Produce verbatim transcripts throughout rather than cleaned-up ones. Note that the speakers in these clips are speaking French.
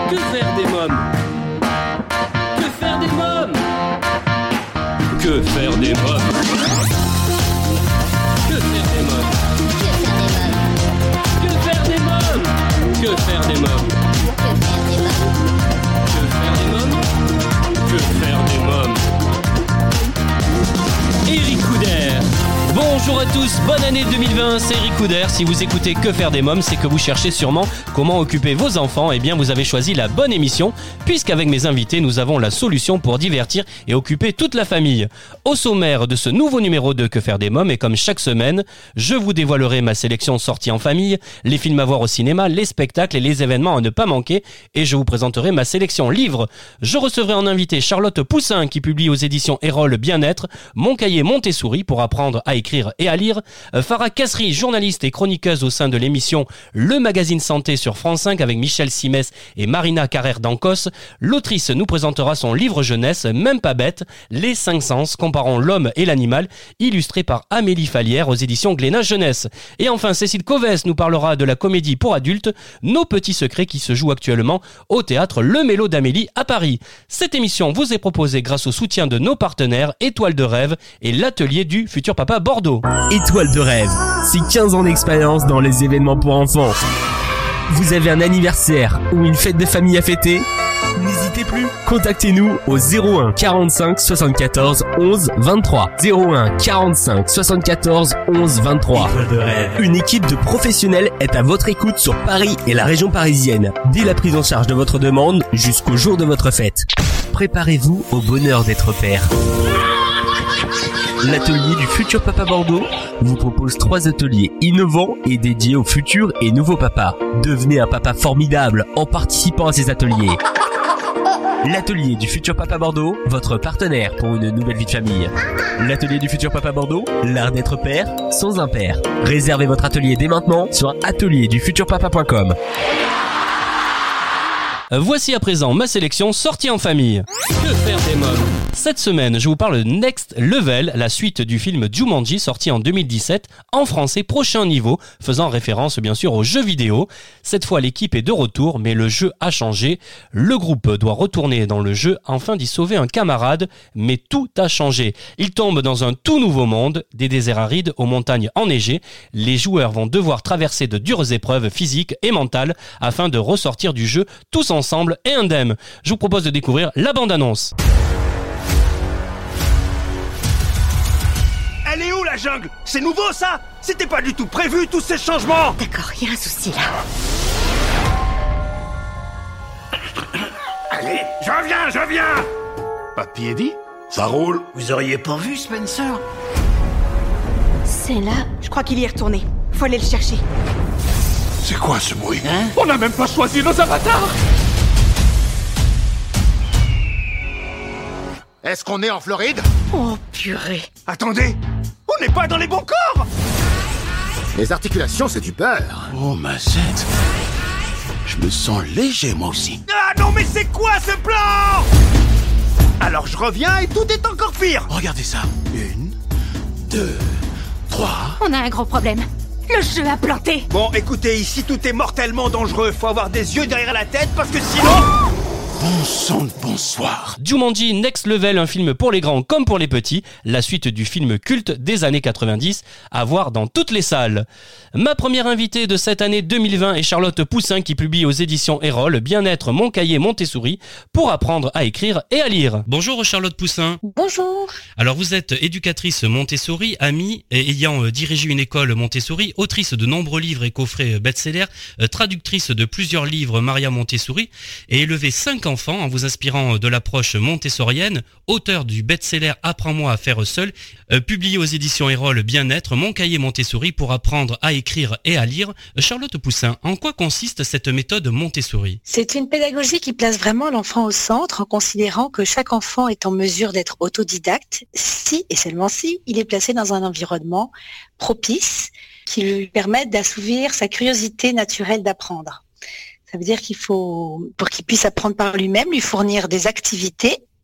Que faire des mômes? Que faire des mômes? Que faire des mômes? Que faire des mômes? Que faire des mômes? Que faire des mômes? Que faire des mômes? Que faire des mômes? Eric Couder. Bonjour à tous, bonne année deux mille vingt, c'est Eric Couder. Si vous écoutez Que faire des mômes, c'est que vous cherchez sûrement comment occuper vos enfants. Eh bien, vous avez choisi la bonne émission, puisqu'avec mes invités, nous avons la solution pour divertir et occuper toute la famille. Au sommaire de ce nouveau numéro de Que faire des mômes, et comme chaque semaine, je vous dévoilerai ma sélection sortie en famille, les films à voir au cinéma, les spectacles et les événements à ne pas manquer, et je vous présenterai ma sélection livres. Je recevrai en invité Charlotte Poussin, qui publie aux éditions Erol Bien-être Mon cahier Montessori pour apprendre à écrire et à lire. Farah Kasri, journaliste et chroniqueuse au sein de l'émission Le Magazine Santé sur France cinq avec Michel Simès et Marina Carrère d'Ancos. L'autrice nous présentera son livre jeunesse, Même pas bête, Les cinq sens comparant l'homme et l'animal, illustré par Amélie Fallière aux éditions Glénat Jeunesse. Et enfin, Cécile Covès nous parlera de la comédie pour adultes, Nos petits secrets, qui se joue actuellement au théâtre Le Mélo d'Amélie à Paris. Cette émission vous est proposée grâce au soutien de nos partenaires Étoile de Rêve et l'atelier du futur papa Bordeaux. Étoile de Rêve, c'est quinze ans d'expérience dans les événements pour enfants. Vous avez un anniversaire ou une fête de famille à fêter? N'hésitez plus, contactez-nous au zéro un quarante-cinq soixante-quatorze onze vingt-trois. zéro un quarante-cinq soixante-quatorze onze vingt-trois. Étoile de Rêve. Une équipe de professionnels est à votre écoute sur Paris et la région parisienne, dès la prise en charge de votre demande jusqu'au jour de votre fête. Préparez-vous au bonheur d'être père. L'atelier du futur papa Bordeaux vous propose trois ateliers innovants et dédiés aux futurs et nouveaux papas. Devenez un papa formidable en participant à ces ateliers. L'atelier du futur papa Bordeaux, votre partenaire pour une nouvelle vie de famille. L'atelier du futur papa Bordeaux, l'art d'être père sans un père. Réservez votre atelier dès maintenant sur atelier du futur papa point com. Voici à présent ma sélection sortie en famille. Que faire des mômes? Cette semaine, je vous parle de Next Level, la suite du film Jumanji sorti en deux mille dix-sept, en français Prochain Niveau, faisant référence bien sûr aux jeux vidéo. Cette fois, l'équipe est de retour, mais le jeu a changé. Le groupe doit retourner dans le jeu afin d'y sauver un camarade, mais tout a changé. Ils tombent dans un tout nouveau monde, des déserts arides aux montagnes enneigées. Les joueurs vont devoir traverser de dures épreuves physiques et mentales afin de ressortir du jeu tous ensemble et indemnes. Je vous propose de découvrir la bande-annonce. Elle est où la jungle? C'est nouveau ça? C'était pas du tout prévu tous ces changements. D'accord, il y a un souci là. Allez, je viens, je viens. Papy Eddie, ça roule. Vous auriez pas vu Spencer? C'est là. Je crois qu'il y est retourné. Faut aller le chercher. C'est quoi ce bruit? Hein? On n'a même pas choisi nos avatars. Est-ce qu'on est en Floride? Oh purée. Attendez, on n'est pas dans les bons corps. Les articulations, c'est du beurre. Oh ma zette. Je me sens léger moi aussi. Ah non mais c'est quoi ce plan? Alors je reviens et tout est encore pire. Regardez ça. Une, deux, trois. On a un gros problème. Le jeu a planté. Bon écoutez, ici tout est mortellement dangereux. Faut avoir des yeux derrière la tête parce que sinon... Bon sang de bonsoir. Jumanji Next Level, un film pour les grands comme pour les petits, la suite du film culte des années quatre-vingt-dix, à voir dans toutes les salles. Ma première invitée de cette année deux mille vingt est Charlotte Poussin, qui publie aux éditions Erol Bien-être Mon cahier Montessori pour apprendre à écrire et à lire. Bonjour Charlotte Poussin. Bonjour. Alors vous êtes éducatrice Montessori, amie et ayant dirigé une école Montessori, autrice de nombreux livres et coffrets best-sellers, traductrice de plusieurs livres Maria Montessori et élevé cinq enfants en vous inspirant de l'approche montessorienne, auteur du best-seller Apprends-moi à faire seul, euh, publié aux éditions Erol Bien-être Mon cahier Montessori pour apprendre à écrire et à lire. Charlotte Poussin, en quoi consiste cette méthode Montessori? C'est une pédagogie qui place vraiment l'enfant au centre en considérant que chaque enfant est en mesure d'être autodidacte si et seulement si il est placé dans un environnement propice qui lui permette d'assouvir sa curiosité naturelle d'apprendre. Ça veut dire qu'il faut, pour qu'il puisse apprendre par lui-même, lui fournir des activités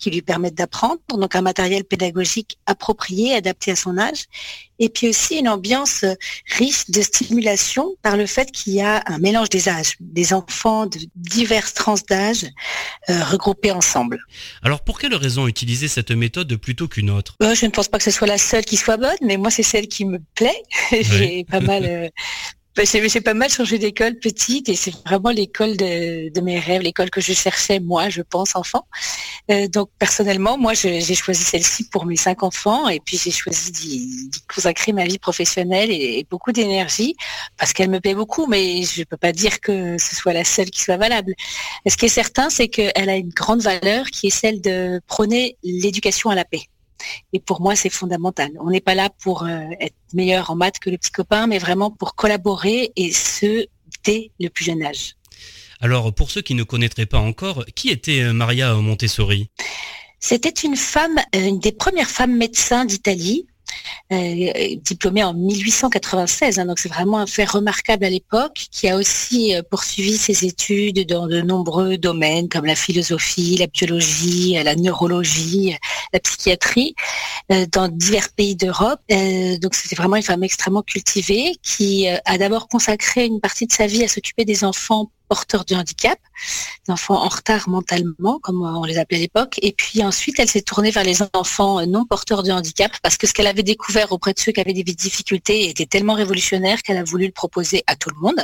qui lui permettent d'apprendre, donc un matériel pédagogique approprié, adapté à son âge, et puis aussi une ambiance riche de stimulation par le fait qu'il y a un mélange des âges, des enfants de diverses tranches d'âge euh, regroupés ensemble. Alors pour quelle raison utiliser cette méthode plutôt qu'une autre ? euh, Je ne pense pas que ce soit la seule qui soit bonne, mais moi c'est celle qui me plaît. Ouais. J'ai pas mal... Euh, J'ai, j'ai pas mal changé d'école petite et c'est vraiment l'école de, de mes rêves, l'école que je cherchais moi, je pense, enfant. Euh, donc personnellement, moi, je, j'ai choisi celle-ci pour mes cinq enfants et puis j'ai choisi d'y, d'y consacrer ma vie professionnelle et, et beaucoup d'énergie parce qu'elle me plaît beaucoup, mais je peux pas dire que ce soit la seule qui soit valable. Ce qui est certain, c'est qu'elle a une grande valeur qui est celle de prôner l'éducation à la paix. Et pour moi, c'est fondamental. On n'est pas là pour euh, être meilleur en maths que le petit copain, mais vraiment pour collaborer et ce, dès le plus jeune âge. Alors, pour ceux qui ne connaîtraient pas encore, qui était Maria Montessori ? C'était une femme, une des premières femmes médecins d'Italie, euh, diplômée en mille huit cent quatre-vingt-seize, hein, donc c'est vraiment un fait remarquable à l'époque, qui a aussi euh, poursuivi ses études dans de nombreux domaines comme la philosophie, la biologie, la neurologie, la psychiatrie, euh, dans divers pays d'Europe. Euh, donc c'était vraiment une femme extrêmement cultivée qui euh, a d'abord consacré une partie de sa vie à s'occuper des enfants porteurs de handicap, des enfants en retard mentalement, comme on les appelait à l'époque. Et puis ensuite, elle s'est tournée vers les enfants non porteurs de handicap parce que ce qu'elle avait découvert auprès de ceux qui avaient des difficultés était tellement révolutionnaire qu'elle a voulu le proposer à tout le monde.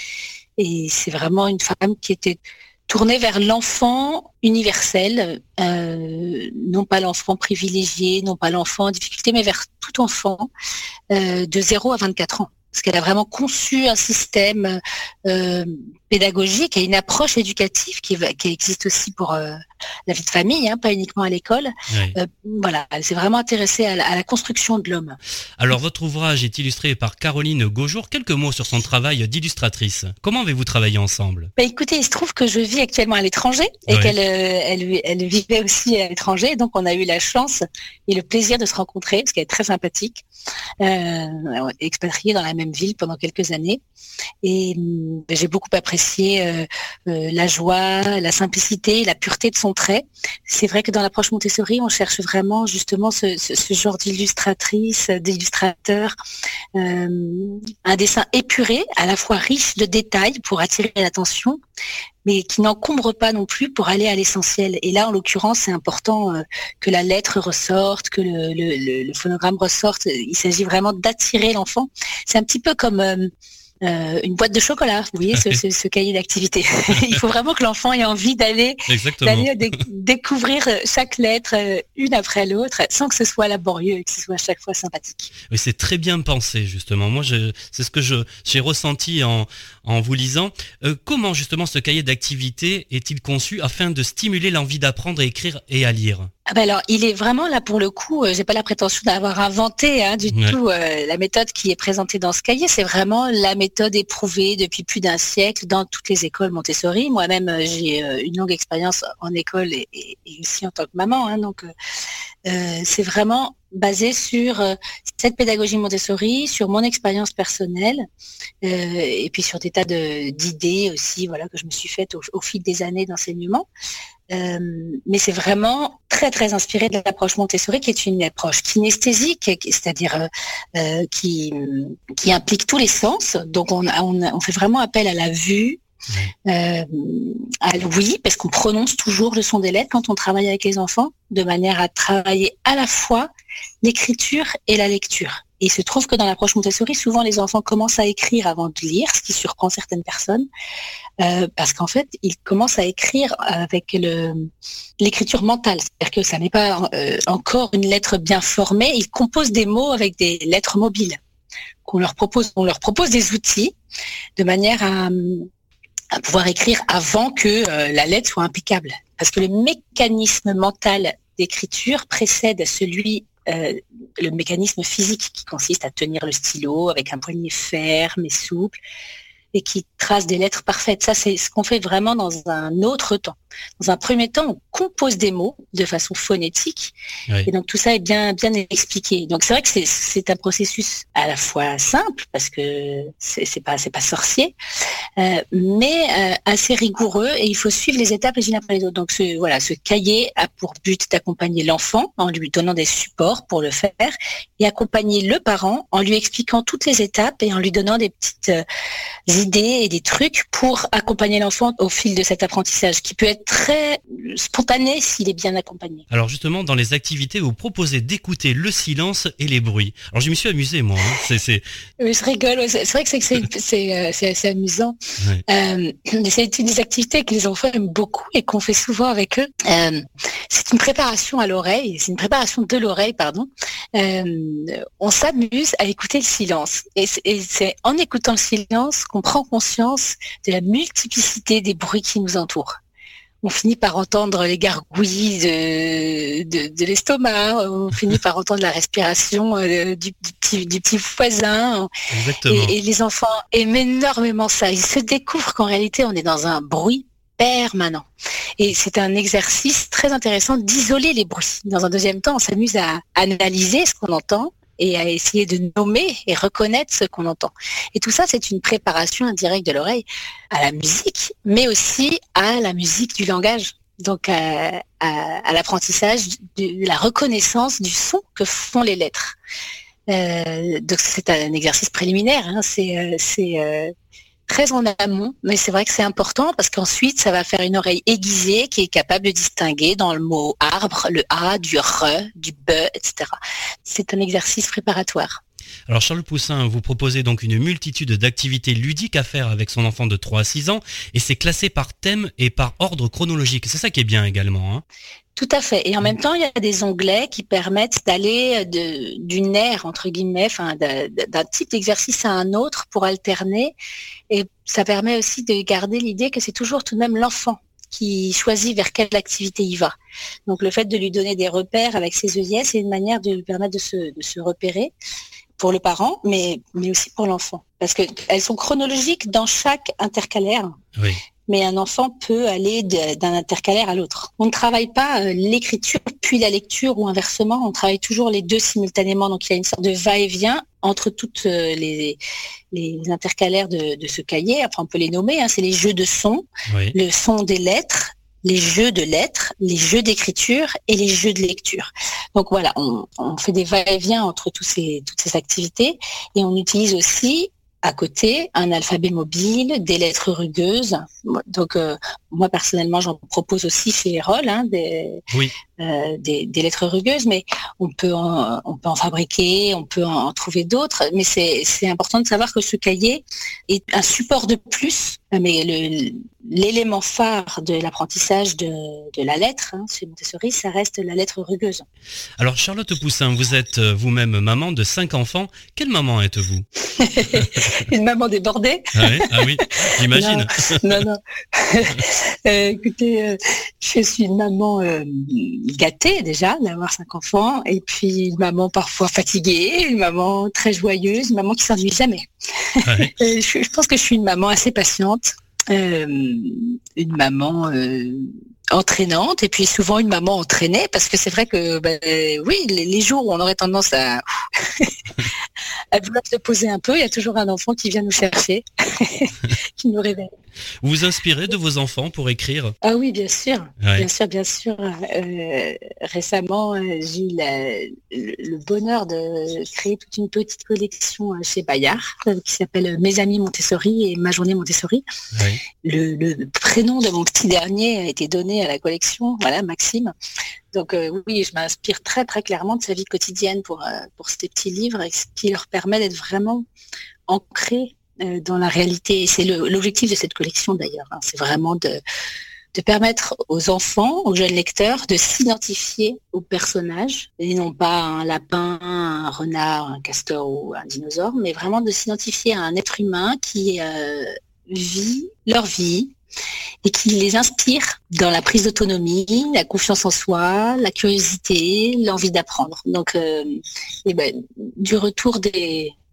Et c'est vraiment une femme qui était tournée vers l'enfant universel, euh, non pas l'enfant privilégié, non pas l'enfant en difficulté, mais vers tout enfant euh, de zéro à vingt-quatre ans. Parce qu'elle a vraiment conçu un système euh, pédagogique et une approche éducative qui, va, qui existe aussi pour euh, la vie de famille, hein, pas uniquement à l'école. Oui. Euh, voilà, elle s'est vraiment intéressée à la, à la construction de l'homme. Alors, votre ouvrage est illustré par Caroline Gaujour. Quelques mots sur son travail d'illustratrice. Comment avez-vous travaillé ensemble ? Bah, écoutez, il se trouve que je vis actuellement à l'étranger et oui. qu'elle euh, elle, elle vivait aussi à l'étranger. Donc, on a eu la chance et le plaisir de se rencontrer parce qu'elle est très sympathique, euh, expatriée dans la même ville pendant quelques années. Et euh, j'ai beaucoup apprécié euh, euh, la joie, la simplicité, la pureté de son trait. C'est vrai que dans l'approche Montessori, on cherche vraiment justement ce, ce, ce genre d'illustratrice, d'illustrateur, euh, un dessin épuré, à la fois riche de détails pour attirer l'attention, mais qui n'encombre pas non plus pour aller à l'essentiel. Et là, en l'occurrence, c'est important euh, que la lettre ressorte, que le, le, le, le phonogramme ressorte. Il s'agit vraiment d'attirer l'enfant. C'est un petit peu comme euh, euh, une boîte de chocolat, vous voyez, ce, ce, ce cahier d'activité. Il faut vraiment que l'enfant ait envie d'aller, d'aller dé- découvrir chaque lettre euh, une après l'autre, sans que ce soit laborieux et que ce soit à chaque fois sympathique. Oui, c'est très bien pensé, justement. Moi, je, c'est ce que je, j'ai ressenti en, en vous lisant. Euh, comment, justement, ce cahier d'activité est-il conçu afin de stimuler l'envie d'apprendre à écrire et à lire ? Ah ben alors, il est vraiment là pour le coup, euh, j'ai pas la prétention d'avoir inventé hein, du ouais. tout euh, la méthode qui est présentée dans ce cahier. C'est vraiment la méthode éprouvée depuis plus d'un siècle dans toutes les écoles Montessori. Moi-même, euh, j'ai euh, une longue expérience en école et, et, et aussi en tant que maman. Hein, donc, euh, euh, c'est vraiment basé sur euh, cette pédagogie Montessori, sur mon expérience personnelle euh, et puis sur des tas de, d'idées aussi, voilà, que je me suis faites au, au fil des années d'enseignement. Euh, mais c'est vraiment très très inspiré de l'approche Montessori, qui est une approche kinesthésique, c'est-à-dire euh, qui qui implique tous les sens. Donc on on, on fait vraiment appel à la vue, euh, à l'ouïe, parce qu'on prononce toujours le son des lettres quand on travaille avec les enfants, de manière à travailler à la fois l'écriture et la lecture. Et il se trouve que dans l'approche Montessori, souvent les enfants commencent à écrire avant de lire, ce qui surprend certaines personnes, euh, parce qu'en fait, ils commencent à écrire avec le, l'écriture mentale. C'est-à-dire que ça n'est pas euh, encore une lettre bien formée, ils composent des mots avec des lettres mobiles. Qu'on leur propose, on leur propose des outils de manière à, à pouvoir écrire avant que euh, la lettre soit impeccable. Parce que le mécanisme mental d'écriture précède celui Euh, le mécanisme physique qui consiste à tenir le stylo avec un poignet ferme et souple et qui trace des lettres parfaites. Ça, c'est ce qu'on fait vraiment dans un autre temps. Dans un premier temps, on compose des mots de façon phonétique. Oui. Et donc tout ça est bien bien expliqué. Donc c'est vrai que c'est c'est un processus à la fois simple parce que c'est c'est pas c'est pas sorcier, euh, mais euh, assez rigoureux et il faut suivre les étapes les unes après les autres. Donc ce voilà, ce cahier a pour but d'accompagner l'enfant en lui donnant des supports pour le faire et accompagner le parent en lui expliquant toutes les étapes et en lui donnant des petites euh, idées et des trucs pour accompagner l'enfant au fil de cet apprentissage qui peut être très spontané s'il est bien accompagné. Alors justement, dans les activités, vous proposez d'écouter le silence et les bruits. Alors je m'y suis amusé, moi. Hein. C'est, c'est... Je rigole, c'est vrai que c'est, c'est, c'est, c'est assez amusant. Ouais. Euh, c'est une des activités que les enfants aiment beaucoup et qu'on fait souvent avec eux. Euh, c'est une préparation à l'oreille, c'est une préparation de l'oreille, pardon. Euh, on s'amuse à écouter le silence. Et c'est, et c'est en écoutant le silence qu'on prend conscience de la multiplicité des bruits qui nous entourent. On finit par entendre les gargouillis de, de, de l'estomac, on finit par entendre la respiration euh, du, du, petit, du petit voisin. Exactement. Et, et les enfants aiment énormément ça. Ils se découvrent qu'en réalité, on est dans un bruit permanent. Et c'est un exercice très intéressant d'isoler les bruits. Dans un deuxième temps, on s'amuse à analyser ce qu'on entend et à essayer de nommer et reconnaître ce qu'on entend. Et tout ça, c'est une préparation indirecte de l'oreille à la musique, mais aussi à la musique du langage, donc à, à, à l'apprentissage de la reconnaissance du son que font les lettres. Euh, donc c'est un exercice préliminaire, hein, c'est, c'est euh, très en amont, mais c'est vrai que c'est important parce qu'ensuite, ça va faire une oreille aiguisée qui est capable de distinguer dans le mot arbre, le A, du re, du be, et cetera. C'est un exercice préparatoire. Alors Charles Poussin, vous proposez donc une multitude d'activités ludiques à faire avec son enfant de trois à six ans et c'est classé par thème et par ordre chronologique. C'est ça qui est bien également. Hein. Tout à fait. Et en même temps, il y a des onglets qui permettent d'aller de, d'une ère, entre guillemets, enfin, de, de, d'un type d'exercice à un autre pour alterner. Et ça permet aussi de garder l'idée que c'est toujours tout de même l'enfant qui choisit vers quelle activité il va. Donc le fait de lui donner des repères avec ses œillets, c'est une manière de lui permettre de se, de se repérer pour le parent, mais, mais aussi pour l'enfant. Parce qu'elles sont chronologiques dans chaque intercalaire. Oui. Mais un enfant peut aller de, d'un intercalaire à l'autre. On ne travaille pas euh, l'écriture puis la lecture ou inversement, on travaille toujours les deux simultanément. Donc il y a une sorte de va-et-vient entre toutes euh, les, les intercalaires de, de ce cahier. Enfin, on peut les nommer, hein, c'est les jeux de sons, Oui. le son des lettres, les jeux de lettres, les jeux d'écriture et les jeux de lecture. Donc voilà, on, on fait des va-et-vient entre tous ces, toutes ces activités et on utilise aussi à côté un alphabet mobile, des lettres rugueuses. Donc euh, moi personnellement j'en propose aussi chez Erol, hein, des, Oui. euh, des, des lettres rugueuses, mais on peut en, on peut en fabriquer, on peut en, en trouver d'autres. Mais c'est, c'est important de savoir que ce cahier est un support de plus, mais le, l'élément phare de l'apprentissage de, de la lettre, hein, chez Montessori, ça reste la lettre rugueuse. Alors Charlotte Poussin, vous êtes vous-même maman de cinq enfants. Quelle maman êtes-vous ? Une maman débordée. Ah oui, ah oui, j'imagine. Non, non. non. euh, écoutez, euh, je suis une maman euh, gâtée déjà d'avoir cinq enfants, et puis une maman parfois fatiguée, une maman très joyeuse, une maman qui s'ennuie jamais. Ah oui. euh, je, je pense que je suis une maman assez patiente, euh, une maman euh, entraînante, et puis souvent une maman entraînée, parce que c'est vrai que ben, oui, les, les jours où on aurait tendance à à vouloir se poser un peu, il y a toujours un enfant qui vient nous chercher, qui nous réveille. Vous vous inspirez de vos enfants pour écrire ? Ah oui, bien sûr, Ouais. bien sûr, bien sûr. Euh, récemment, euh, j'ai eu la- le, le bonheur de créer toute une petite collection euh, chez Bayard, euh, qui s'appelle Mes amis Montessori et Ma journée Montessori. Oui. Le, le prénom de mon petit dernier a été donné à la collection, voilà, Maxime. Donc euh, oui, je m'inspire très très clairement de sa vie quotidienne pour, euh, pour ces petits livres, et ce qui leur permet d'être vraiment ancrés euh, dans la réalité. Et c'est le- l'objectif de cette collection d'ailleurs, hein. C'est vraiment de, de permettre aux enfants, aux jeunes lecteurs, de s'identifier aux personnages, et non pas un lapin, un renard, un castor ou un dinosaure, mais vraiment de s'identifier à un être humain qui euh, vit leur vie, et qui les inspire dans la prise d'autonomie, la confiance en soi, la curiosité, l'envie d'apprendre. Donc, euh, et ben, du retour des,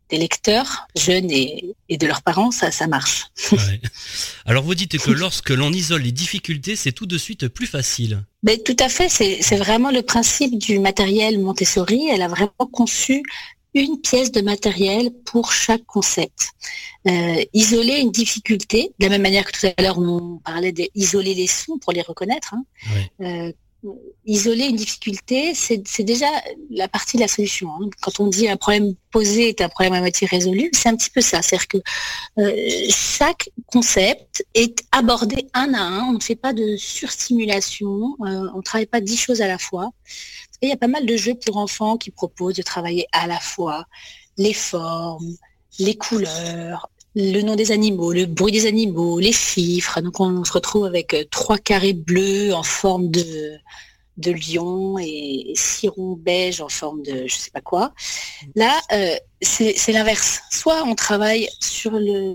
des lecteurs jeunes et, et de leurs parents, ça, ça marche. Ouais. Alors vous dites que lorsque l'on isole les difficultés, c'est tout de suite plus facile. Ben, tout à fait, c'est, c'est vraiment le principe du matériel Montessori. Elle a vraiment conçu une pièce de matériel pour chaque concept. Euh, isoler une difficulté, de la même manière que tout à l'heure on parlait d'isoler les sons pour les reconnaître. Hein. Ouais. Euh, isoler une difficulté, c'est, c'est déjà la partie de la solution. Hein. Quand on dit un problème posé est un problème à moitié résolu, c'est un petit peu ça. C'est-à-dire que euh, chaque concept est abordé un à un. On ne fait pas de surstimulation. Euh, on ne travaille pas dix choses à la fois. Il y a pas mal de jeux pour enfants qui proposent de travailler à la fois les formes, les couleurs, le nom des animaux, le bruit des animaux, les chiffres. Donc on se retrouve avec trois carrés bleus en forme de, de lion et six ronds beige en forme de je sais pas quoi. Là, euh, c'est, c'est l'inverse. Soit on travaille sur le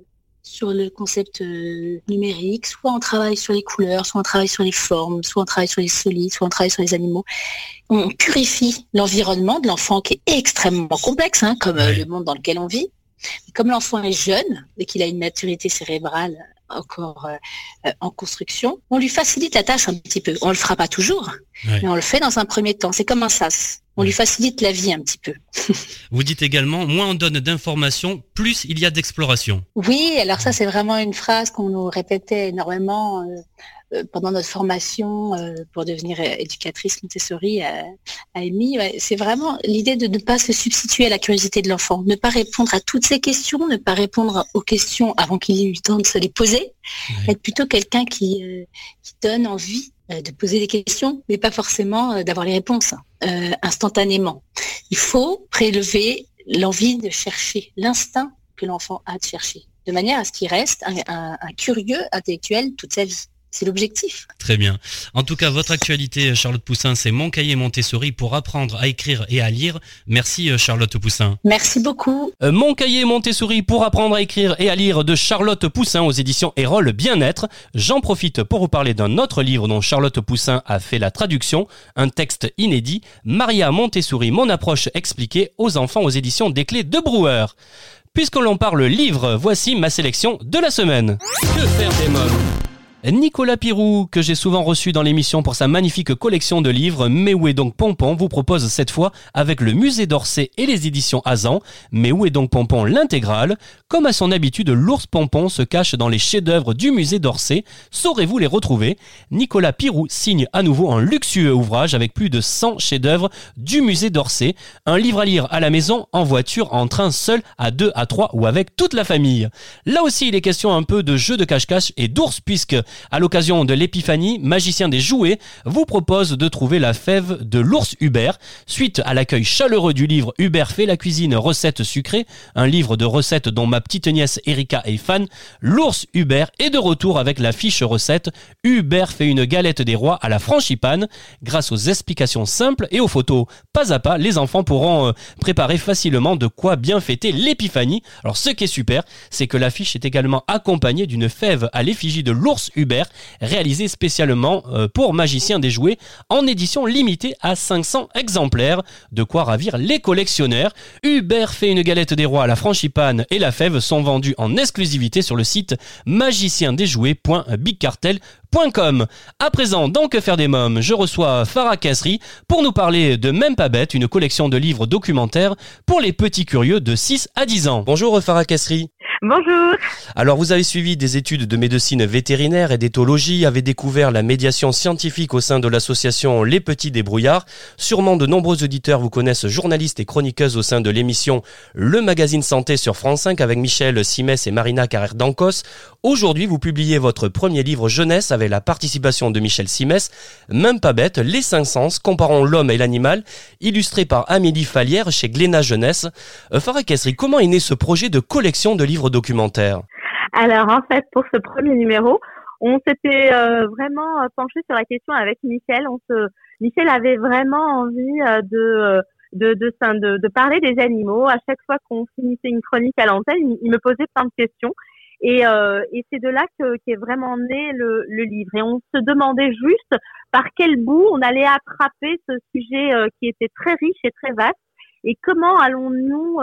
sur le concept euh, numérique, soit on travaille sur les couleurs, soit on travaille sur les formes, soit on travaille sur les solides, soit on travaille sur les animaux. On purifie l'environnement de l'enfant qui est extrêmement complexe, hein, comme euh, le monde dans lequel on vit. Et comme l'enfant est jeune et qu'il a une maturité cérébrale encore euh, en construction, on lui facilite la tâche un petit peu. On le fera pas toujours, ouais. mais on le fait dans un premier temps. C'est comme un sas. On lui facilite la vie un petit peu. Vous dites également, moins on donne d'informations, plus il y a d'exploration. Oui, alors ça c'est vraiment une phrase qu'on nous répétait énormément euh, euh, pendant notre formation euh, pour devenir éducatrice Montessori à, à Amy. Ouais, c'est vraiment l'idée de ne pas se substituer à la curiosité de l'enfant, ne pas répondre à toutes ses questions, ne pas répondre aux questions avant qu'il ait eu le temps de se les poser, ouais. être plutôt quelqu'un qui, euh, qui donne envie de poser des questions, mais pas forcément d'avoir les réponses euh, instantanément. Il faut prélever l'envie de chercher, l'instinct que l'enfant a de chercher, de manière à ce qu'il reste un, un, un curieux intellectuel toute sa vie. C'est l'objectif. Très bien. En tout cas, votre actualité, Charlotte Poussin, c'est Mon cahier Montessori pour apprendre à écrire et à lire. Merci, Charlotte Poussin. Merci beaucoup. Euh, Mon cahier Montessori pour apprendre à écrire et à lire de Charlotte Poussin aux éditions Erol Bien-être. J'en profite pour vous parler d'un autre livre dont Charlotte Poussin a fait la traduction, un texte inédit, Maria Montessori, mon approche expliquée aux enfants aux éditions des Clés de Brouwer. Puisque l'on parle livre, voici ma sélection de la semaine. Que faire des mômes ? Nicolas Pirou, que j'ai souvent reçu dans l'émission pour sa magnifique collection de livres Mais où est donc Pompon, vous propose cette fois avec le musée d'Orsay et les éditions Azan, Mais où est donc Pompon l'intégrale. Comme à son habitude, l'ours Pompon se cache dans les chefs-d'œuvre du musée d'Orsay. Saurez-vous les retrouver ? Nicolas Pirou signe à nouveau un luxueux ouvrage avec plus de cent chefs-d'œuvre du musée d'Orsay. Un livre à lire à la maison, en voiture, en train, seul, à deux, à trois ou avec toute la famille. Là aussi, il est question un peu de jeu de cache-cache et d'ours puisque à l'occasion de l'épiphanie, Magicien des Jouets vous propose de trouver la fève de l'ours Hubert. Suite à l'accueil chaleureux du livre Hubert fait la cuisine recettes sucrées, un livre de recettes dont ma petite nièce Erika est fan, l'ours Hubert est de retour avec la fiche recette Hubert fait une galette des rois à la frangipane. Grâce aux explications simples et aux photos pas à pas, les enfants pourront euh, préparer facilement de quoi bien fêter l'épiphanie. Alors ce qui est super, c'est que la fiche est également accompagnée d'une fève à l'effigie de l'ours Hubert réalisé spécialement pour Magicien des Jouets en édition limitée à cinq cents exemplaires, de quoi ravir les collectionneurs. Hubert fait une galette des rois à la frangipane et la fève sont vendus en exclusivité sur le site magicien des jouets point big cartel point com. À présent, dans Que faire des mômes, je reçois Farah Kasri pour nous parler de Même pas bête, une collection de livres documentaires pour les petits curieux de six à dix ans. Bonjour Farah Kasri. Bonjour. Alors vous avez suivi des études de médecine vétérinaire et d'éthologie, avez découvert la médiation scientifique au sein de l'association Les Petits Débrouillards. Sûrement de nombreux auditeurs vous connaissent journaliste et chroniqueuse au sein de l'émission Le Magazine Santé sur France cinq avec Michel Simès et Marina Carrère d'Ancos. Aujourd'hui vous publiez votre premier livre jeunesse avec la participation de Michel Simès, Même pas bête, les cinq sens, comparant l'homme et l'animal, illustré par Amélie Fallière chez Glénat Jeunesse. Euh, Farah Kasri, comment est né ce projet de collection de livres documentaires ? Alors en fait, pour ce premier numéro, on s'était euh, vraiment penché sur la question avec Michel. On se, Michel avait vraiment envie euh, de, de, de, de, de parler des animaux. À chaque fois qu'on finissait une chronique à l'antenne, il, il me posait plein de questions. Et, euh, et c'est de là que, qu'est vraiment né le, le livre. Et on se demandait juste par quel bout on allait attraper ce sujet euh, qui était très riche et très vaste. Et comment allons-nous euh,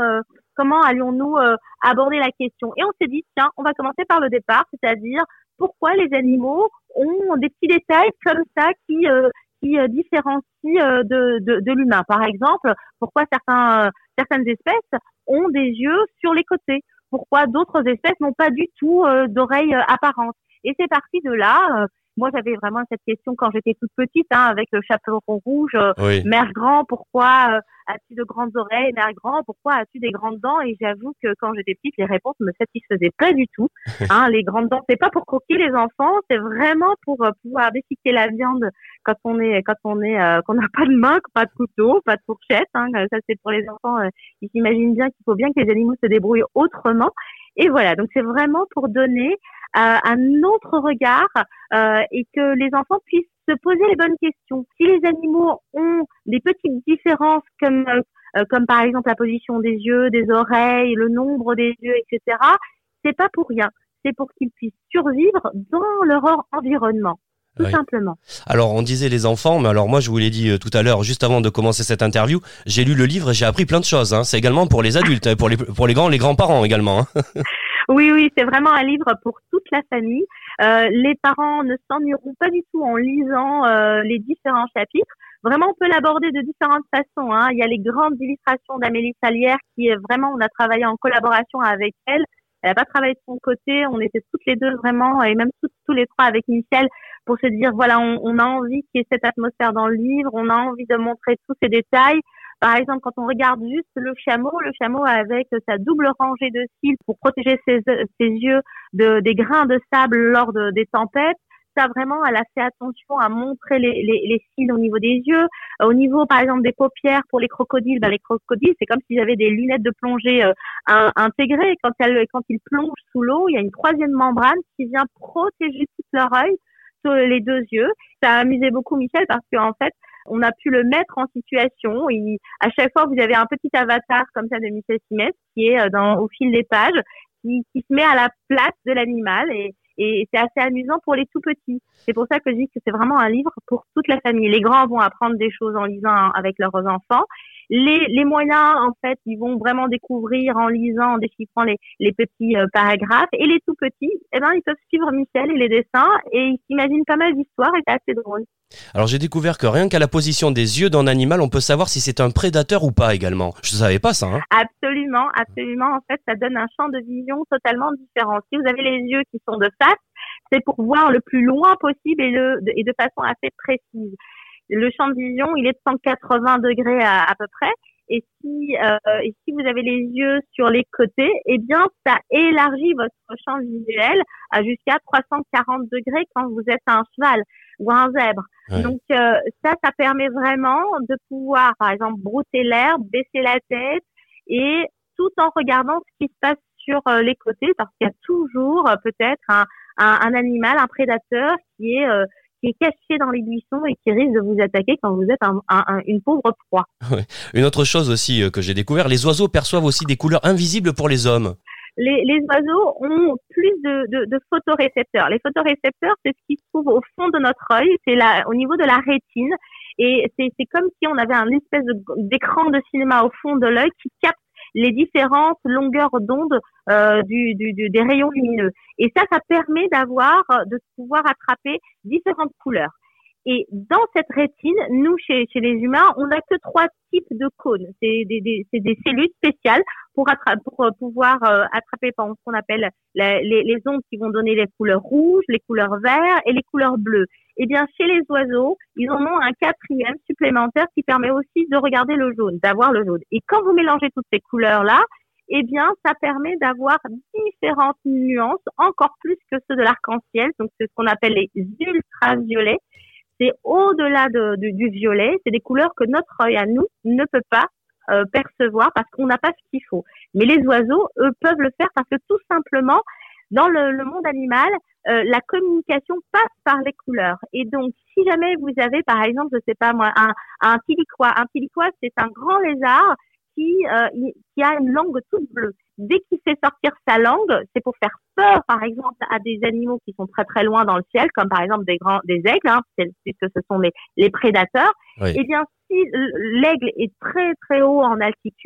comment allions-nous euh, aborder la question. Et on s'est dit, tiens, on va commencer par le départ, c'est-à-dire pourquoi les animaux ont des petits détails comme ça qui euh, qui euh, différencient euh, de, de de l'humain. Par exemple, pourquoi certains euh, certaines espèces ont des yeux sur les côtés, pourquoi d'autres espèces n'ont pas du tout euh, d'oreilles euh, apparentes. Et c'est parti de là. Euh, moi, j'avais vraiment cette question quand j'étais toute petite, hein, avec le chaperon rouge. Euh, Oui. Mère grand, pourquoi euh, as-tu de grandes oreilles? Mère grand, pourquoi as-tu des grandes dents? Et j'avoue que quand j'étais petite, les réponses me satisfaisaient pas du tout. Hein, les grandes dents, c'est pas pour croquer les enfants, c'est vraiment pour euh, pouvoir déchiqueter la viande quand on est, quand on est, euh, qu'on n'a pas de main, pas de couteau, pas de fourchette. Hein, ça, c'est pour les enfants. Euh, ils s'imaginent bien qu'il faut bien que les animaux se débrouillent autrement. Et voilà, donc c'est vraiment pour donner euh, un autre regard euh, et que les enfants puissent se poser les bonnes questions. Si les animaux ont des petites différences comme euh, comme par exemple la position des yeux, des oreilles, le nombre des yeux, et cetera, c'est pas pour rien. C'est pour qu'ils puissent survivre dans leur environnement, tout Oui. simplement. Alors on disait les enfants, mais alors moi je vous l'ai dit euh, tout à l'heure, juste avant de commencer cette interview, j'ai lu le livre et j'ai appris plein de choses. Hein. C'est également pour les adultes, hein, pour les pour les grands, les grands-parents également. Hein. Oui, oui, c'est vraiment un livre pour toute la famille. Euh, les parents ne s'ennuieront pas du tout en lisant euh, les différents chapitres. Vraiment, on peut l'aborder de différentes façons. Hein. Il y a les grandes illustrations d'Amélie Salière qui est vraiment, on a travaillé en collaboration avec elle. Elle n'a pas travaillé de son côté. On était toutes les deux vraiment, et même toutes, tous les trois avec Michel, pour se dire, voilà, on, on a envie qu'il y ait cette atmosphère dans le livre. On a envie de montrer tous ces détails. Par exemple, quand on regarde juste le chameau, le chameau avec sa double rangée de cils pour protéger ses, ses yeux de, des grains de sable lors de, des tempêtes, ça vraiment, elle a fait attention à montrer les, les, les cils au niveau des yeux. Au niveau, par exemple, des paupières pour les crocodiles, ben, les crocodiles, c'est comme s'ils avaient des lunettes de plongée euh, intégrées. Quand, elles, quand ils plongent sous l'eau, il y a une troisième membrane qui vient protéger tout leur œil, sur les deux yeux. Ça a amusé beaucoup Michel parce qu'en fait, on a pu le mettre en situation. Il, à chaque fois, vous avez un petit avatar comme ça de Michel Simès qui est dans, au fil des pages, qui, qui se met à la place de l'animal et, et c'est assez amusant pour les tout petits. C'est pour ça que je dis que c'est vraiment un livre pour toute la famille. Les grands vont apprendre des choses en lisant avec leurs enfants. Les, les moyens, en fait, ils vont vraiment découvrir en lisant, en déchiffrant les, les petits euh, paragraphes. Et les tout petits, eh ben, ils peuvent suivre Michel et les dessins et ils s'imaginent pas mal d'histoires et c'est assez drôle. Alors j'ai découvert que rien qu'à la position des yeux d'un animal, on peut savoir si c'est un prédateur ou pas également. Je savais pas ça. Hein. Absolument, absolument. En fait, ça donne un champ de vision totalement différent. Si vous avez les yeux qui sont de face, c'est pour voir le plus loin possible et, le, et de façon assez précise. Le champ de vision, il est de cent quatre-vingts degrés à, à peu près. Et si, euh, et si vous avez les yeux sur les côtés, eh bien, ça élargit votre champ visuel à jusqu'à trois cent quarante degrés quand vous êtes un cheval ou un zèbre. Ouais. Donc, euh, ça, ça permet vraiment de pouvoir, par exemple, brouter l'herbe, baisser la tête et tout en regardant ce qui se passe sur euh, les côtés parce qu'il y a toujours euh, peut-être un, un, un animal, un prédateur qui est... Euh, qui est caché dans les buissons et qui risque de vous attaquer quand vous êtes un, un, un, une pauvre proie. Ouais. Une autre chose aussi que j'ai découvert, les oiseaux perçoivent aussi des couleurs invisibles pour les hommes. Les, les oiseaux ont plus de, de, de photorécepteurs. Les photorécepteurs, c'est ce qui se trouve au fond de notre œil, c'est là, au niveau de la rétine. Et c'est, c'est comme si on avait un espèce de, d'écran de cinéma au fond de l'œil qui capte les différentes longueurs d'onde euh, du, du, du, des rayons lumineux. Et ça, ça permet d'avoir, de pouvoir attraper différentes couleurs. Et dans cette rétine, nous, chez, chez les humains, on n'a que trois types de cônes. C'est des, des, c'est des cellules spéciales pour, attra- pour pouvoir euh, attraper ce qu'on appelle la, les, les ondes qui vont donner les couleurs rouges, les couleurs vertes et les couleurs bleues. Eh bien, chez les oiseaux, ils en ont un quatrième supplémentaire qui permet aussi de regarder le jaune, d'avoir le jaune. Et quand vous mélangez toutes ces couleurs-là, eh bien, ça permet d'avoir différentes nuances, encore plus que ceux de l'arc-en-ciel. Donc, c'est ce qu'on appelle les ultraviolets. C'est au-delà de, de, du violet. C'est des couleurs que notre œil à nous ne peut pas euh, percevoir parce qu'on n'a pas ce qu'il faut. Mais les oiseaux, eux, peuvent le faire parce que tout simplement, dans le, le monde animal, euh, la communication passe par les couleurs. Et donc, si jamais vous avez, par exemple, je sais pas moi, un, un tiliquois. Un tiliquois, c'est un grand lézard qui, euh, qui a une langue toute bleue. Dès qu'il fait sortir sa langue, c'est pour faire peur, par exemple, à des animaux qui sont très très loin dans le ciel, comme par exemple des grands, des aigles, hein, puisque ce sont les, les prédateurs. Oui. Eh bien, si l'aigle est très très haut en altitude,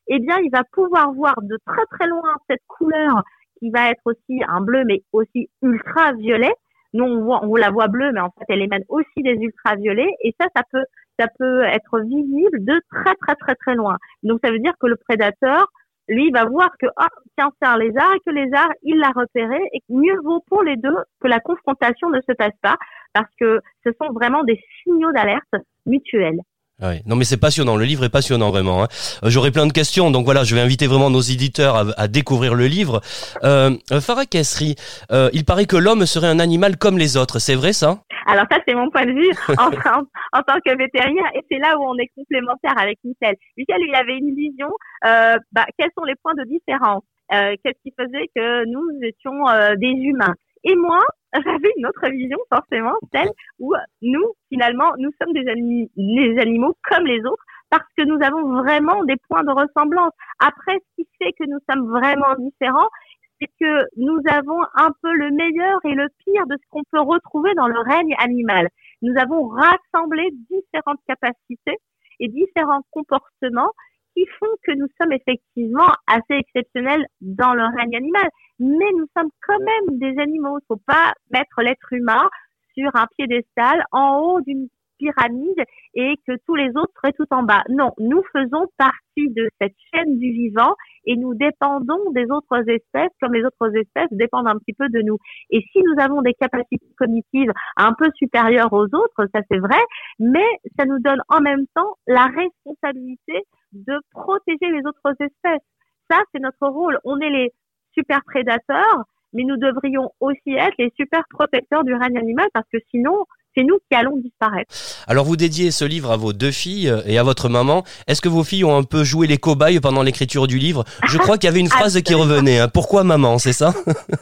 eh bien, il va pouvoir voir de très très loin cette couleur qui va être aussi un bleu, mais aussi ultraviolet. Nous, on, voit, on la voit bleue, mais en fait, elle émane aussi des ultraviolets. Et ça, ça peut, ça peut être visible de très très très très loin. Donc, ça veut dire que le prédateur, lui, va voir que, ah, tiens, c'est un lézard, et que le lézard, il l'a repéré, et mieux vaut pour les deux que la confrontation ne se passe pas, parce que ce sont vraiment des signaux d'alerte mutuels. Ouais. Non mais c'est passionnant, le livre est passionnant vraiment. Hein. Euh, j'aurais plein de questions, donc voilà, je vais inviter vraiment nos éditeurs à, à découvrir le livre. Euh, Farah Kassri, euh, il paraît que l'homme serait un animal comme les autres, c'est vrai ça ? Alors ça, c'est mon point de vue en, en, en tant que vétérinaire, et c'est là où on est complémentaire avec Michel. Michel, il avait une vision, euh, bah, quels sont les points de différence, euh, qu'est-ce qui faisait que nous étions euh, des humains. Et moi, j'avais une autre vision, forcément, celle où nous, finalement, nous sommes des, anim- des animaux comme les autres parce que nous avons vraiment des points de ressemblance. Après, ce qui fait que nous sommes vraiment différents, c'est que nous avons un peu le meilleur et le pire de ce qu'on peut retrouver dans le règne animal. Nous avons rassemblé différentes capacités et différents comportements qui font que nous sommes effectivement assez exceptionnels dans le règne animal. Mais nous sommes quand même des animaux. Il ne faut pas mettre l'être humain sur un piédestal en haut d'une pyramide et que tous les autres seraient tout en bas. Non, nous faisons partie de cette chaîne du vivant et nous dépendons des autres espèces comme les autres espèces dépendent un petit peu de nous. Et si nous avons des capacités cognitives un peu supérieures aux autres, ça c'est vrai, mais ça nous donne en même temps la responsabilité de protéger les autres espèces. Ça, c'est notre rôle. On est les super prédateurs, mais nous devrions aussi être les super protecteurs du règne animal parce que sinon, c'est nous qui allons disparaître. Alors vous dédiez ce livre à vos deux filles et à votre maman. Est-ce que vos filles ont un peu joué les cobayes pendant l'écriture du livre ? Je crois qu'il y avait une phrase qui revenait. Hein. Pourquoi maman, c'est ça ?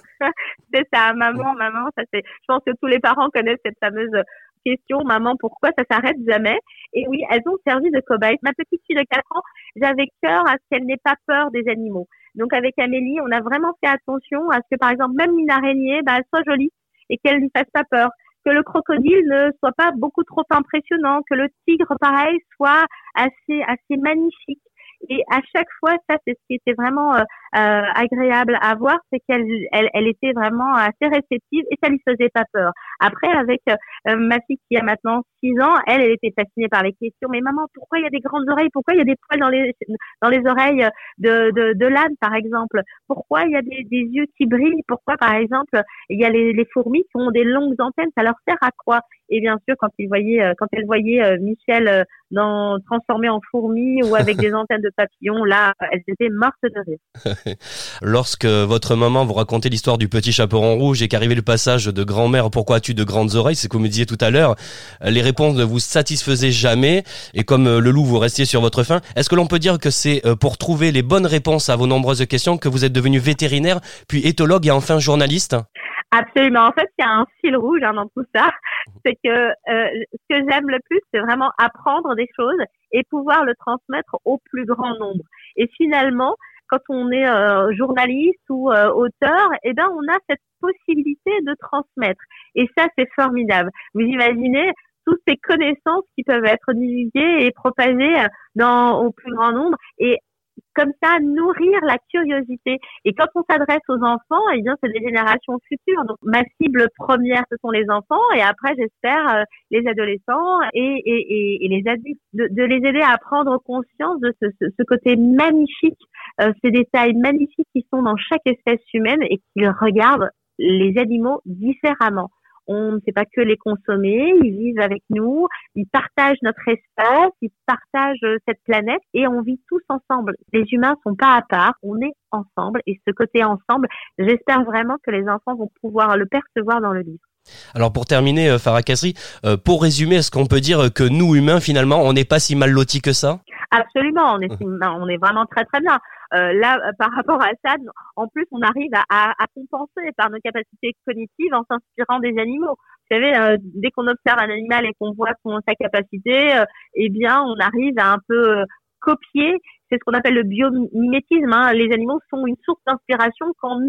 C'est ça, maman, maman. Ça c'est. Je pense que tous les parents connaissent cette fameuse question, maman, pourquoi ça s'arrête jamais ? Et oui, elles ont servi de cobayes. Ma petite fille de quatre ans, j'avais cœur à ce qu'elle n'ait pas peur des animaux. Donc avec Amélie, on a vraiment fait attention à ce que, par exemple, même une araignée, bah, elle soit jolie et qu'elle ne lui fasse pas peur. Que le crocodile ne soit pas beaucoup trop impressionnant, que le tigre, pareil, soit assez, assez magnifique. Et à chaque fois, ça, c'est ce qui était vraiment euh, euh, agréable à voir, c'est qu'elle elle, elle était vraiment assez réceptive et ça lui faisait pas peur. Après, avec euh, ma fille qui a maintenant six ans, elle, elle était fascinée par les questions. Mais maman, pourquoi il y a des grandes oreilles ? Pourquoi il y a des poils dans les dans les oreilles de de, de l'âne, par exemple ? Pourquoi il y a des, des yeux qui brillent ? Pourquoi, par exemple, il y a les, les fourmis qui ont des longues antennes ? Ça leur sert à quoi ? Et bien sûr, quand ils voyaient, quand elle voyait Michel dans, transformé en fourmi ou avec des antennes de papillons, là, elles étaient mortes de rire. Lorsque votre maman vous racontait l'histoire du petit chaperon rouge et qu'arrivait le passage de grand-mère, pourquoi as-tu de grandes oreilles, c'est ce que vous me disiez tout à l'heure, les réponses ne vous satisfaisaient jamais et comme le loup, vous restiez sur votre faim. Est-ce que l'on peut dire que c'est pour trouver les bonnes réponses à vos nombreuses questions que vous êtes devenu vétérinaire, puis éthologue et enfin journaliste ? Absolument. En fait, il y a un fil rouge hein, dans tout ça. C'est que euh, ce que j'aime le plus, c'est vraiment apprendre des choses et pouvoir le transmettre au plus grand nombre. Et finalement, quand on est euh, journaliste ou euh, auteur, eh ben, on a cette possibilité de transmettre. Et ça, c'est formidable. Vous imaginez toutes ces connaissances qui peuvent être divulguées et propagées dans, au plus grand nombre. Et comme ça, nourrir la curiosité. Et quand on s'adresse aux enfants, eh bien, c'est des générations futures. Donc, ma cible première, ce sont les enfants. Et après, j'espère, euh, les adolescents et, et, et, et les adultes. De, de les aider à prendre conscience de ce, ce, ce côté magnifique, euh, ces détails magnifiques qui sont dans chaque espèce humaine et qu'ils regardent les animaux différemment. On ne sait pas que les consommer, ils vivent avec nous, ils partagent notre espace, ils partagent cette planète et on vit tous ensemble. Les humains sont pas à part, on est ensemble et ce côté ensemble, j'espère vraiment que les enfants vont pouvoir le percevoir dans le livre. Alors pour terminer, Farah Kassri, euh, pour résumer, est-ce qu'on peut dire que nous humains finalement, on n'est pas si mal lotis que ça ? Absolument, on est, on est vraiment très très bien. Euh, là, par rapport à ça, en plus, on arrive à, à, à compenser par nos capacités cognitives en s'inspirant des animaux. Vous savez, euh, dès qu'on observe un animal et qu'on voit son, sa capacité, euh, eh bien, on arrive à un peu euh, copier. C'est ce qu'on appelle le biomimétisme. Hein. Les animaux sont une source d'inspiration quand nous,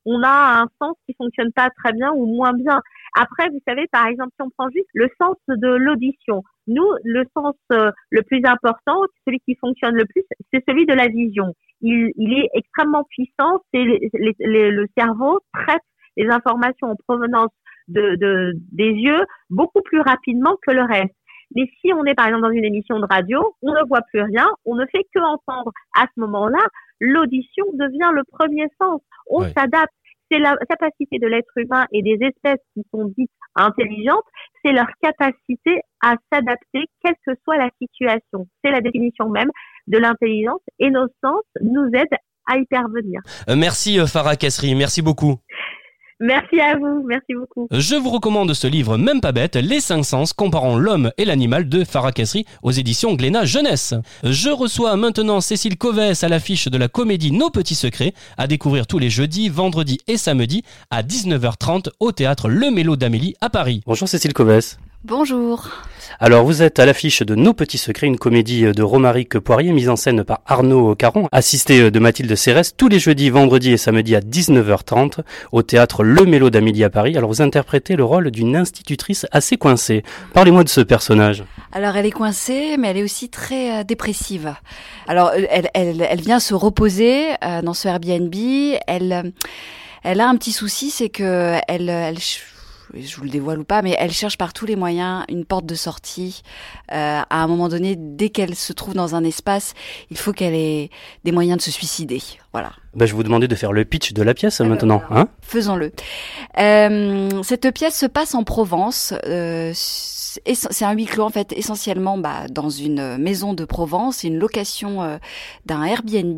on a un sens qui fonctionne pas très bien ou moins bien. Après, vous savez, par exemple, si on prend juste le sens de l'audition, nous, le sens euh, le plus important, celui qui fonctionne le plus, c'est celui de la vision. Il, il est extrêmement puissant. C'est les, les, les, le cerveau traite les informations en provenance de, de des yeux beaucoup plus rapidement que le reste. Mais si on est par exemple dans une émission de radio, on ne voit plus rien, on ne fait que entendre. À ce moment-là, l'audition devient le premier sens. On ouais. s'adapte. C'est la capacité de l'être humain et des espèces qui sont dites intelligentes, c'est leur capacité à s'adapter quelle que soit la situation. C'est la définition même de l'intelligence et nos sens nous aident à y parvenir. Euh, merci Farah Kassri, merci beaucoup. Merci à vous, merci beaucoup. Je vous recommande ce livre même pas bête, Les cinq sens comparant l'homme et l'animal de Farah Kassri aux éditions Glénat Jeunesse. Je reçois maintenant Cécile Covès à l'affiche de la comédie Nos Petits Secrets, à découvrir tous les jeudis, vendredis et samedis à dix-neuf heures trente au théâtre Le Mélo d'Amélie à Paris. Bonjour Cécile Covès. Bonjour. Alors vous êtes à l'affiche de Nos Petits Secrets, une comédie de Romaric Poirier mise en scène par Arnaud Caron, assistée de Mathilde Cérès, tous les jeudis, vendredis et samedis à dix-neuf heures trente au théâtre Le Mélo d'Amélie à Paris. Alors vous interprétez le rôle d'une institutrice assez coincée. Parlez-moi de ce personnage. Alors elle est coincée, mais elle est aussi très euh, dépressive. Alors elle, elle, elle vient se reposer euh, dans ce Airbnb. Elle, elle a un petit souci, c'est que elle, elle je vous le dévoile ou pas, mais elle cherche par tous les moyens une porte de sortie. Euh, à un moment donné, dès qu'elle se trouve dans un espace, il faut qu'elle ait des moyens de se suicider. Voilà. Bah, je vais vous demander de faire le pitch de la pièce euh, maintenant. Voilà. Hein Faisons-le. Euh, cette pièce se passe en Provence. Euh, c'est un huis clos en fait, essentiellement bah, dans une maison de Provence. C'est une location euh, d'un Airbnb.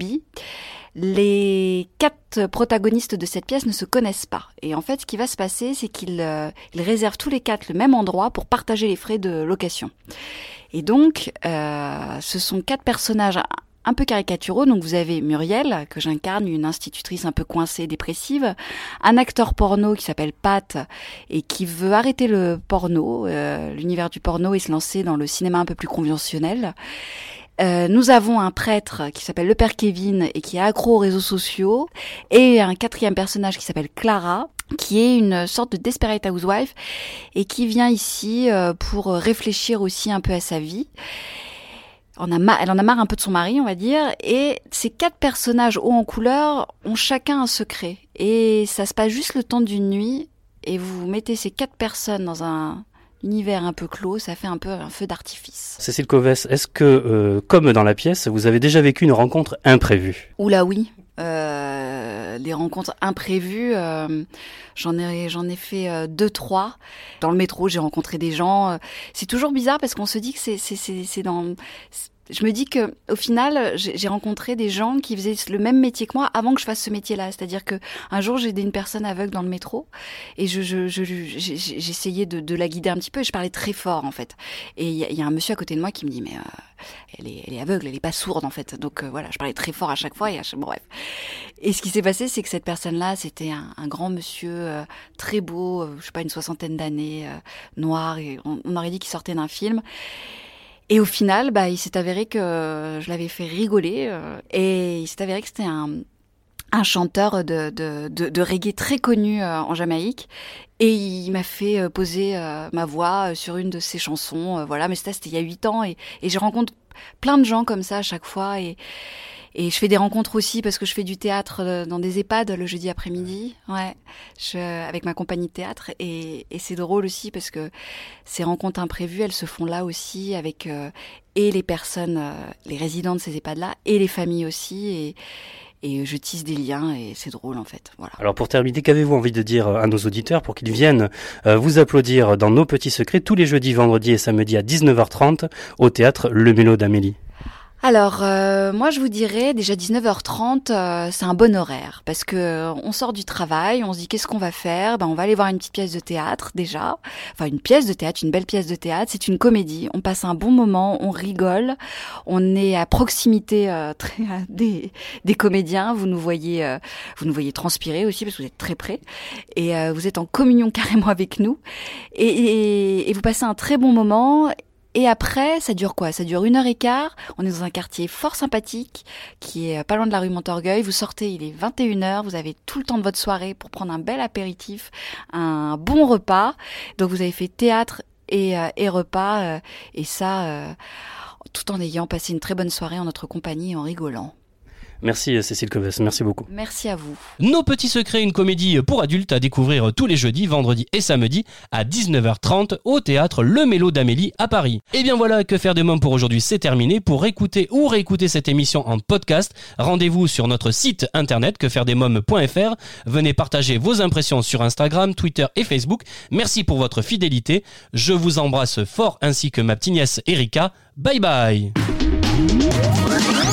Les quatre protagonistes de cette pièce ne se connaissent pas. Et en fait, ce qui va se passer, c'est qu'ils euh, ils réservent tous les quatre le même endroit pour partager les frais de location. Et donc, euh, ce sont quatre personnages un peu caricaturaux. Donc, vous avez Muriel, que j'incarne, une institutrice un peu coincée, dépressive. Un acteur porno qui s'appelle Pat et qui veut arrêter le porno, euh, l'univers du porno, et se lancer dans le cinéma un peu plus conventionnel. Euh, nous avons un prêtre qui s'appelle le Père Kevin et qui est accro aux réseaux sociaux, et un quatrième personnage qui s'appelle Clara, qui est une sorte de desperate housewife et qui vient ici euh, pour réfléchir aussi un peu à sa vie. On a ma- elle en a marre un peu de son mari, on va dire, et ces quatre personnages hauts en couleur ont chacun un secret. Et ça se passe juste le temps d'une nuit, et vous mettez ces quatre personnes dans un univers un peu clos, ça fait un peu un feu d'artifice. Cécile Covès, est-ce que, euh, comme dans la pièce, vous avez déjà vécu une rencontre imprévue ? Oula oui, euh, les rencontres imprévues, euh, j'en ai j'en ai fait euh, deux trois. Dans le métro, j'ai rencontré des gens. Euh, c'est toujours bizarre parce qu'on se dit que c'est c'est c'est c'est dans c'est, je me dis que au final, j'ai, j'ai rencontré des gens qui faisaient le même métier que moi avant que je fasse ce métier-là. C'est-à-dire que un jour, j'ai aidé une personne aveugle dans le métro et je, je, je, j'ai, j'essayais de, de la guider un petit peu et je parlais très fort en fait. Et il y, y a un monsieur à côté de moi qui me dit mais euh, elle est, elle est aveugle, elle est pas sourde en fait. Donc euh, voilà, je parlais très fort à chaque fois et à chaque... bref. Et ce qui s'est passé, c'est que cette personne-là, c'était un, un grand monsieur euh, très beau, euh, je sais pas, une soixantaine d'années, euh, noir. Et on, on aurait dit qu'il sortait d'un film. Et au final, bah, il s'est avéré que je l'avais fait rigoler euh, et il s'est avéré que c'était un, un chanteur de, de, de, de reggae très connu euh, en Jamaïque et il m'a fait euh, poser euh, ma voix sur une de ses chansons. Euh, voilà, mais c'était, c'était il y a huit ans et, et je rencontre plein de gens comme ça à chaque fois et Et je fais des rencontres aussi parce que je fais du théâtre dans des EHPAD le jeudi après-midi, ouais, je, avec ma compagnie de théâtre. Et, et c'est drôle aussi parce que ces rencontres imprévues, elles se font là aussi avec euh, et les personnes, euh, les résidents de ces EHPAD-là et les familles aussi. Et, et je tisse des liens et c'est drôle en fait. Voilà. Alors pour terminer, qu'avez-vous envie de dire à nos auditeurs pour qu'ils viennent euh, vous applaudir dans Nos Petits Secrets tous les jeudis, vendredis et samedis à dix-neuf heures trente au théâtre Le Mélo d'Amélie? Alors, euh, moi, je vous dirais, déjà dix-neuf heures trente, euh, c'est un bon horaire, parce que euh, on sort du travail, on se dit qu'est-ce qu'on va faire ? Ben, on va aller voir une petite pièce de théâtre, déjà. Enfin, une pièce de théâtre, une belle pièce de théâtre. C'est une comédie. On passe un bon moment, on rigole. On est à proximité euh, très, des, des comédiens. Vous nous voyez, euh, vous nous voyez transpirer aussi, parce que vous êtes très près. Et euh, vous êtes en communion carrément avec nous. Et, et, et vous passez un très bon moment. Et après, ça dure quoi? Ça dure une heure et quart. On est dans un quartier fort sympathique, qui est pas loin de la rue Montorgueil. Vous sortez, il est vingt et une heures. Vous avez tout le temps de votre soirée pour prendre un bel apéritif, un bon repas. Donc vous avez fait théâtre et, euh, et repas, euh, et ça, euh, tout en ayant passé une très bonne soirée en notre compagnie et en rigolant. Merci Cécile Coves, merci beaucoup. Merci à vous. Nos petits secrets, une comédie pour adultes à découvrir tous les jeudis, vendredis et samedis à dix-neuf heures trente au théâtre Le Mélo d'Amélie à Paris. Et bien voilà, Que faire des mômes pour aujourd'hui, c'est terminé. Pour écouter ou réécouter cette émission en podcast, rendez-vous sur notre site internet que faire des mômes point f r. Venez partager vos impressions sur Instagram, Twitter et Facebook. Merci pour votre fidélité. Je vous embrasse fort ainsi que ma petite nièce Erika. Bye bye.